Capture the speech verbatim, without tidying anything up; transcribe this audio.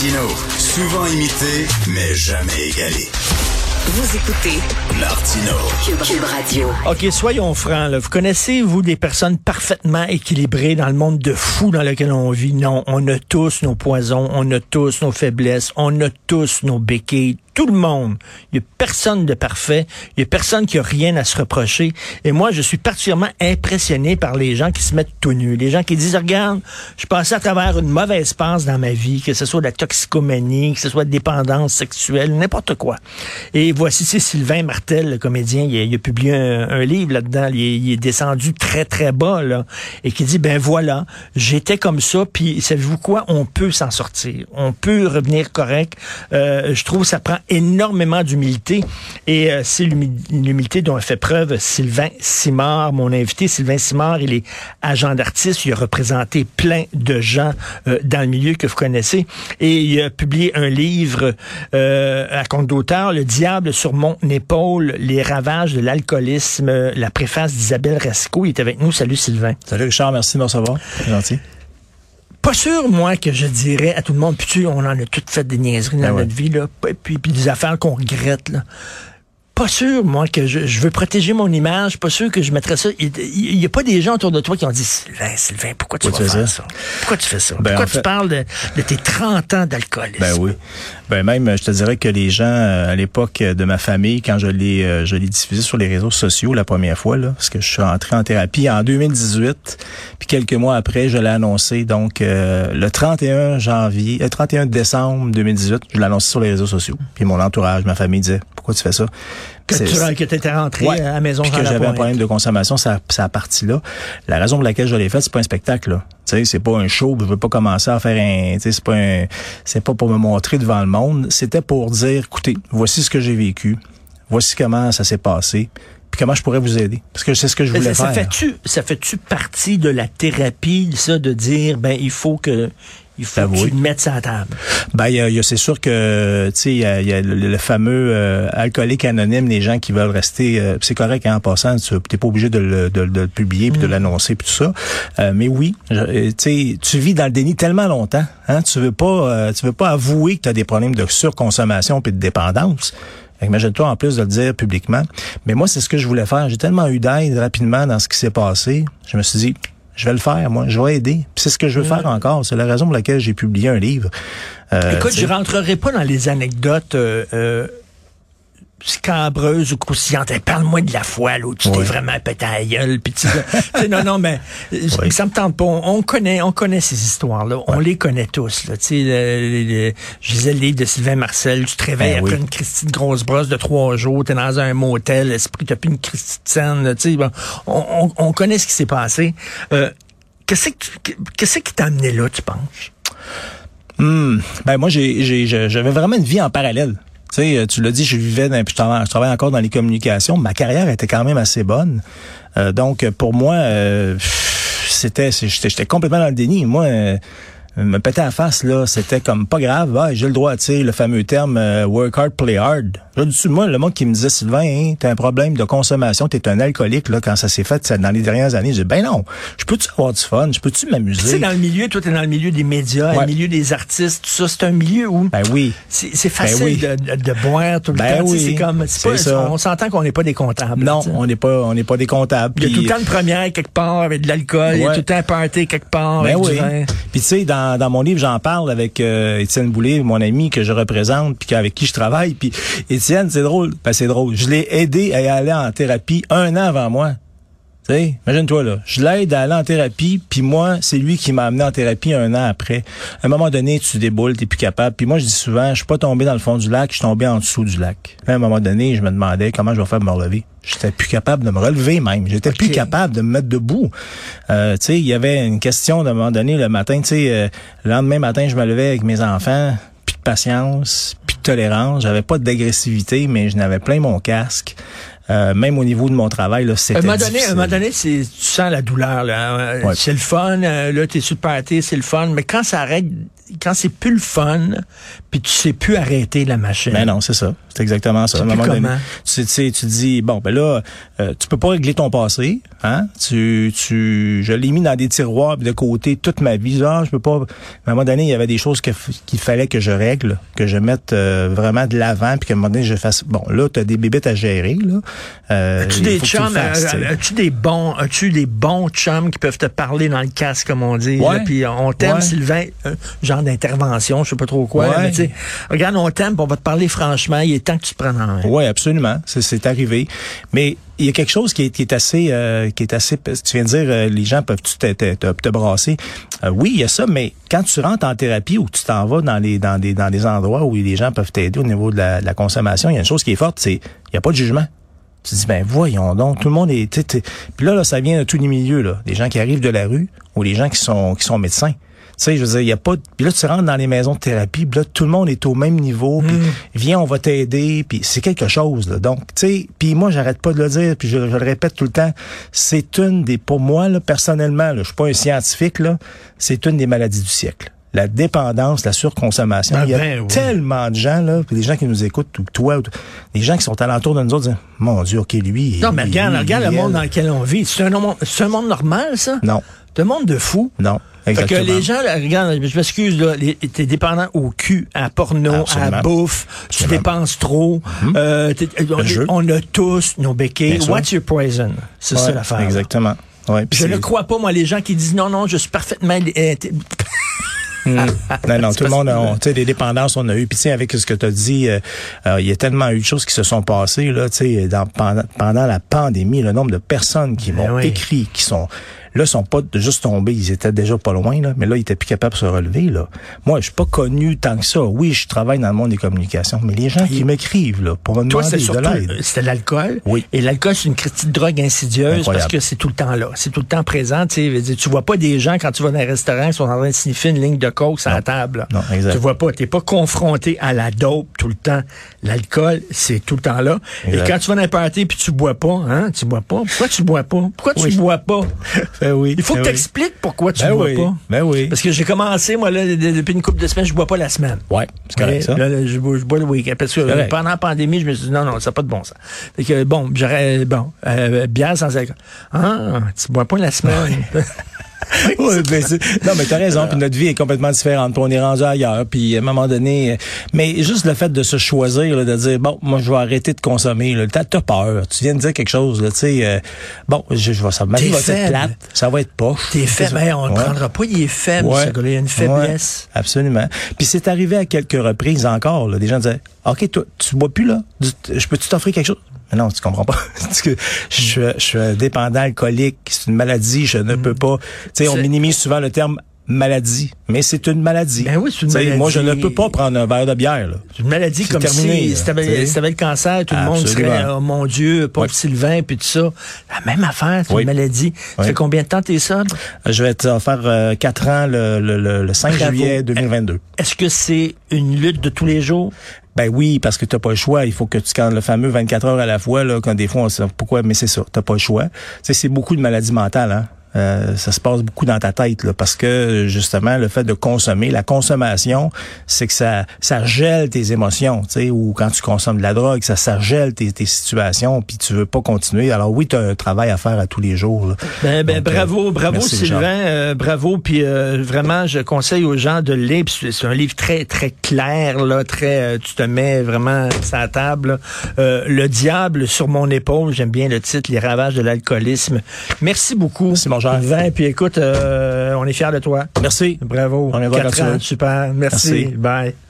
Martino, souvent imité, mais jamais égalé. Vous écoutez Martino, Cube, Cube Radio. OK, soyons francs. Là. Vous connaissez, vous, des personnes parfaitement équilibrées dans le monde de fous dans lequel on vit? Non, on a tous nos poisons, on a tous nos faiblesses, on a tous nos béquilles. Tout le monde. Il n'y a personne de parfait. Il n'y a personne qui a rien à se reprocher. Et moi, je suis particulièrement impressionné par les gens qui se mettent tout nus. Les gens qui disent, regarde, je passais à travers une mauvaise passe dans ma vie, que ce soit de la toxicomanie, que ce soit de dépendance sexuelle, n'importe quoi. Et voici, c'est Sylvain Martel, le comédien, il a, il a publié un, un livre là-dedans. Il est, il est descendu très, très bas, là. Et qui dit, ben voilà, j'étais comme ça, puis savez-vous quoi? On peut s'en sortir. On peut revenir correct. Euh, je trouve que ça prend énormément d'humilité et euh, c'est l'humilité dont a fait preuve Sylvain Simard, mon invité. Sylvain Simard, il est agent d'artiste, il a représenté plein de gens euh, dans le milieu que vous connaissez et il a publié un livre euh, à compte d'auteur, Le diable sur mon épaule, les ravages de l'alcoolisme, la préface d'Isabelle Rasco. Il est avec nous. Salut Sylvain. Salut Richard, merci de me recevoir. C'est gentil. Pas sûr, moi, que je dirais à tout le monde, puis tu, on en a toutes fait des niaiseries dans ben notre ouais. vie, là, puis, puis des affaires qu'on regrette, là. Pas sûr, moi, que je, je veux protéger mon image, pas sûr que je mettrais ça. Il n'y a pas des gens autour de toi qui ont dit, Sylvain, Sylvain, pourquoi tu pourquoi vas faire ça? ça? Pourquoi tu fais ça? Ben, pourquoi tu fait... parles de, de tes trente ans d'alcoolisme? Ben oui. Ben même, je te dirais que les gens, à l'époque de ma famille, quand je l'ai, je l'ai diffusé sur les réseaux sociaux la première fois, là, parce que je suis rentré en thérapie en deux mille dix-huit, puis quelques mois après, je l'ai annoncé, donc euh, le trente et un janvier, le trente et un décembre deux mille dix-huit, je l'ai annoncé sur les réseaux sociaux. Puis mon entourage, ma famille disait, pourquoi tu fais ça? Que tu étais rentré ouais, à la maison. Puis que j'avais un problème de consommation, ça, ça a parti là. La raison pour laquelle je l'ai fait, c'est pas un spectacle, là. Tu sais, c'est pas un show, je veux pas commencer à faire un, tu sais, c'est pas un, c'est pas pour me montrer devant le monde. C'était pour dire, écoutez, voici ce que j'ai vécu. Voici comment ça s'est passé. Puis comment je pourrais vous aider. Parce que c'est ce que je voulais ça, ça faire. Fait-tu, ça fait-tu partie de la thérapie, ça, de dire, ben, il faut que, il faut Avoué. que tu le mettes sur la table. Ben, il y a, y a c'est sûr que, tu sais, il y a, y a le, le fameux euh, alcoolique anonyme, les gens qui veulent rester, euh, c'est correct, hein, en passant, tu n'es pas obligé de le, de, de le publier puis mm. de l'annoncer puis tout ça. Euh, mais oui, tu sais, tu vis dans le déni tellement longtemps, hein, tu veux pas, euh, tu veux pas avouer que tu as des problèmes de surconsommation puis de dépendance. Imagine-toi en plus de le dire publiquement. Mais moi, c'est ce que je voulais faire. J'ai tellement eu d'aide rapidement dans ce qui s'est passé. Je me suis dit, je vais le faire, moi. Je vais aider. Puis c'est ce que je veux ouais. faire encore. C'est la raison pour laquelle j'ai publié un livre. Euh, Écoute, je rentrerai pas dans les anecdotes euh, euh, scabreuses ou croustillantes. Hey, parle-moi de la fois là, où tu ouais. t'es vraiment pété à la gueule. Puis tu, non, non, mais ouais. ça me tente pas. On, on connaît, on connaît ces histoires-là. Ouais. On les connaît tous. Là. Tu sais, le, le, je lisais le livre de Sylvain Marcel. Tu te réveilles ben après oui. une Christie de grosse brosse de trois jours. T'es dans un motel. L'esprit, t'as plus une Christie de scène. Tu sais, bon, on, on, on connaît ce qui s'est passé. Euh, qu'est-ce que, qu'est-ce qui t'a amené là, tu penses? Hum, ben moi, j'ai, j'ai, j'avais vraiment une vie en parallèle. Tu sais, tu l'as dit, je vivais, dans, je, travaille, je travaille encore dans les communications. Ma carrière était quand même assez bonne. Euh, donc, pour moi, euh, c'était, j'étais, j'étais complètement dans le déni. Moi, euh, me péter à la face, là, c'était comme pas grave. Ah, j'ai le droit, tu sais, le fameux terme euh, work hard, play hard. Là, dessus, moi, le monde qui me disait, Sylvain, hein, t'as un problème de consommation, t'es un alcoolique, là, quand ça s'est fait ça, dans les dernières années, je dis, ben non, je peux-tu avoir du fun, je peux-tu m'amuser? Tu sais, dans le milieu, toi, t'es dans le milieu des médias, ouais. le milieu des artistes, tout ça, c'est un milieu où ben oui. c'est, c'est facile ben oui. de, de, de boire tout le ben temps. Oui. C'est comme, c'est c'est pas, ça. On s'entend qu'on n'est pas des comptables. Non, t'sais. on n'est pas, on n'est pas des comptables. Il y a tout le temps une première quelque part avec de l'alcool, ouais. il y a tout le temps un party quelque part ben avec oui. du vin. Puis tu sais, dans, dans mon livre, j'en parle avec euh, Étienne Boulay, mon ami que je représente, puis avec qui je travaille. Puis Étienne, c'est drôle. Ben, c'est drôle. Je l'ai aidé à aller en thérapie un an avant moi. Tu sais, imagine-toi là. Je l'aide à aller en thérapie, puis moi, c'est lui qui m'a amené en thérapie un an après. À un moment donné, tu déboules, t'es plus capable. Puis moi, je dis souvent, je suis pas tombé dans le fond du lac, je suis tombé en dessous du lac. Là, à un moment donné, je me demandais comment je vais faire pour me relever. J'étais plus capable de me relever même. J'étais okay. plus capable de me mettre debout. Euh, tu sais, il y avait une question à un moment donné le matin. Tu sais, euh, le lendemain matin, je me levais avec mes enfants. Plus de patience, plus de tolérance. J'avais pas d'agressivité, mais je n'avais plein mon casque. Euh, même au niveau de mon travail, là, c'était un difficile. À un moment donné, c'est, tu sens la douleur. Là. Ouais. C'est le fun. Euh, là, t'es sur le party, c'est le fun. Mais quand ça arrête, quand c'est plus le fun, puis tu sais plus arrêter la machine. Ben non, c'est ça. C'est exactement ça. C'est À un moment comment? donné, tu sais, tu dis, bon, ben là, euh, tu peux pas régler ton passé, hein? Tu, tu, je l'ai mis dans des tiroirs de côté toute ma vie. Ah, je peux pas. À un moment donné, il y avait des choses que, qu'il fallait que je règle, que je mette euh, vraiment de l'avant, puis qu'à un moment donné, je fasse. Bon, là, t'as des bébites à gérer, là. Euh, as-tu des chums, fasses, euh, as-tu des bons, as-tu des bons chums qui peuvent te parler dans le casque, comme on dit? Ouais. Puis on t'aime, Ouais. Sylvain, euh, genre d'intervention, je sais pas trop quoi. Ouais. Mais tu sais, regarde, on t'aime, puis on va te parler franchement. Il est temps que tu te prennes en main. Oui, absolument. C'est, c'est arrivé. Mais il y a quelque chose qui est, qui est assez, euh, qui est assez. Tu viens de dire, euh, les gens peuvent-tu te, te, te, te brasser. Euh, oui, il y a ça, mais quand tu rentres en thérapie ou que tu t'en vas dans les, dans des, dans des endroits où les gens peuvent t'aider au niveau de la, de la consommation, il y a une chose qui est forte, c'est il y a pas de jugement. Tu te dis, ben voyons donc, tout le monde est. Puis là, là, ça vient de tous les milieux, là, des gens qui arrivent de la rue ou les gens qui sont, qui sont médecins. Tu sais, je veux dire, il y a pas. Puis là, tu rentres dans les maisons de thérapie, puis là, tout le monde est au même niveau. Puis Mm. viens, on va t'aider. Puis c'est quelque chose. Là. Donc, tu sais, puis moi, j'arrête pas de le dire. Puis je, je le répète tout le temps. C'est une des, pour moi, là, personnellement, là, je suis pas un scientifique là. C'est une des maladies du siècle. La dépendance, la surconsommation. Ben, il y a ben, oui. tellement de gens là, puis des gens qui nous écoutent, ou toi, ou des gens qui sont alentour de nous autres, disent, mon Dieu, ok, lui. Non, mais lui, regarde, lui, regarde lui, le monde elle. dans lequel on vit. C'est un monde, c'est un monde normal, ça? Non, C'est un monde de fous. non. Fait que Exactement. les gens, là, regarde, je m'excuse, là, les- t'es dépendant au cul, à porno, Absolument. à bouffe, tu Absolument. dépenses trop, euh, t'es- on, jeu. on a tous nos béquilles. Bien sûr. What's your poison? C'est ça Ouais, l'affaire. là. Exactement. Ouais, puis Je c'est- ne crois pas, moi, les gens qui disent non, non, je suis parfaitement... euh, t'es- Mm. Non, non, C'est tout le parce monde, que- a- tu sais, des dépendances, on a eu. Puis, tu sais, avec ce que tu as dit, euh, euh, il y a tellement eu de choses qui se sont passées, là, tu sais, dans- pendant, pendant la pandémie, le nombre de personnes qui Ben m'ont oui. écrit, qui sont, là, sont pas juste tombés, ils étaient déjà pas loin, là, mais là, ils étaient plus capables de se relever, là. Moi, je suis pas connu tant que ça. Oui, je travaille dans le monde des communications, mais les gens qui m'écrivent, là, pour me Toi, demander c'est de surtout, l'aide. euh, c'était l'alcool. Oui. Et l'alcool, c'est une critique de drogue insidieuse Incroyable. parce que c'est tout le temps là. C'est tout le temps présent. Tu sais, je veux dire, tu vois pas des gens, quand tu vas dans un restaurant, qui sont en train de sniffer une ligne de coke à la table. là. Non, exact. Tu vois pas. T'es pas confronté à la dope tout le temps. L'alcool, c'est tout le temps là. Exact. Et quand tu vas dans un party puis tu bois pas, hein, tu bois pas. Pourquoi tu bois pas? Pourquoi tu Oui. bois pas? Ben oui. Il faut ben que oui. tu expliques pourquoi tu Ben bois oui. pas. Ben oui. Parce que j'ai commencé, moi, là, de- de- depuis une couple de semaines, je bois pas la semaine. Ouais, c'est correct, ça. Là, là, je, bois, je bois le week-end. Parce que euh, correct. pendant la pandémie, je me suis dit, non, non, ça n'a pas de bon sens. Fait que, bon, j'aurais, bon, euh, bière sans alcool. Ah, tu bois pas la semaine. Ouais, ben, c'est- non, mais t'as raison. Puis notre vie est complètement différente. Puis on est rendu ailleurs. Puis à un moment donné, euh, mais juste le fait de se choisir, là, de dire bon, moi je vais arrêter de consommer. Là, t'as, t'as peur. Tu viens de dire quelque chose. Là, tu sais, euh, bon, je, je vais ça. Ma T'es vie va faible. être plate. Ça va être poche. T'es faible. Ben, on ne Ouais. prendra pas, il est faible, Ouais. ce gars-là. Il a une faiblesse. Ouais, absolument. Puis c'est arrivé à quelques reprises encore. Là, des gens disaient, ok, toi, tu bois plus là. Du- Je peux-tu t'offrir quelque chose? Mais non, tu comprends pas. Parce que je, suis- je suis un dépendant alcoolique, c'est une maladie, je ne peux pas. Tu sais, on C'est- minimise souvent le terme maladie, mais c'est une maladie. Ben oui, c'est une Tu sais, maladie. Moi, je ne peux pas prendre un verre de bière. Là. C'est une maladie C'est comme terminé, si, là, si t'avais, tu sais. si t'avais le cancer, tout le monde Absolument. serait, oh mon Dieu, pauvre Ouais. Sylvain, puis tout ça. La même affaire, c'est Oui. une maladie. Ça Oui. fait combien de temps t'es sobre? Je vais te faire euh, quatre ans le, le, le, le cinq Bravo. juillet deux mille vingt-deux. Est-ce que c'est une lutte de tous les jours? Ben oui, parce que t'as pas le choix. Il faut que tu cannes le fameux vingt-quatre heures à la fois, là, quand des fois on sait pourquoi, mais c'est ça, t'as pas le choix. Tu sais, c'est beaucoup de maladies mentales, hein. Euh, ça se passe beaucoup dans ta tête, là, parce que justement le fait de consommer, la consommation, c'est que ça ça gèle tes émotions, tu sais, ou quand tu consommes de la drogue, ça ça gèle tes, tes situations, puis tu veux pas continuer. Alors oui, tu as un travail à faire à tous les jours. Là. Ben, ben, Donc, bravo, euh, bravo merci, Sylvain, Richard. euh, bravo. Puis euh, vraiment, je conseille aux gens de le lire. Puis C'est c'est un livre très très clair, là, très. euh, tu te mets vraiment sur la table. là. Euh, Le diable sur mon épaule. J'aime bien le titre, Les ravages de l'alcoolisme. Merci beaucoup, Merci, mon cher. Sylvain. Puis écoute, euh, on est fiers de toi. Merci. Bravo. On est Quatre là-dessus. ans, super. Merci. Merci. Bye.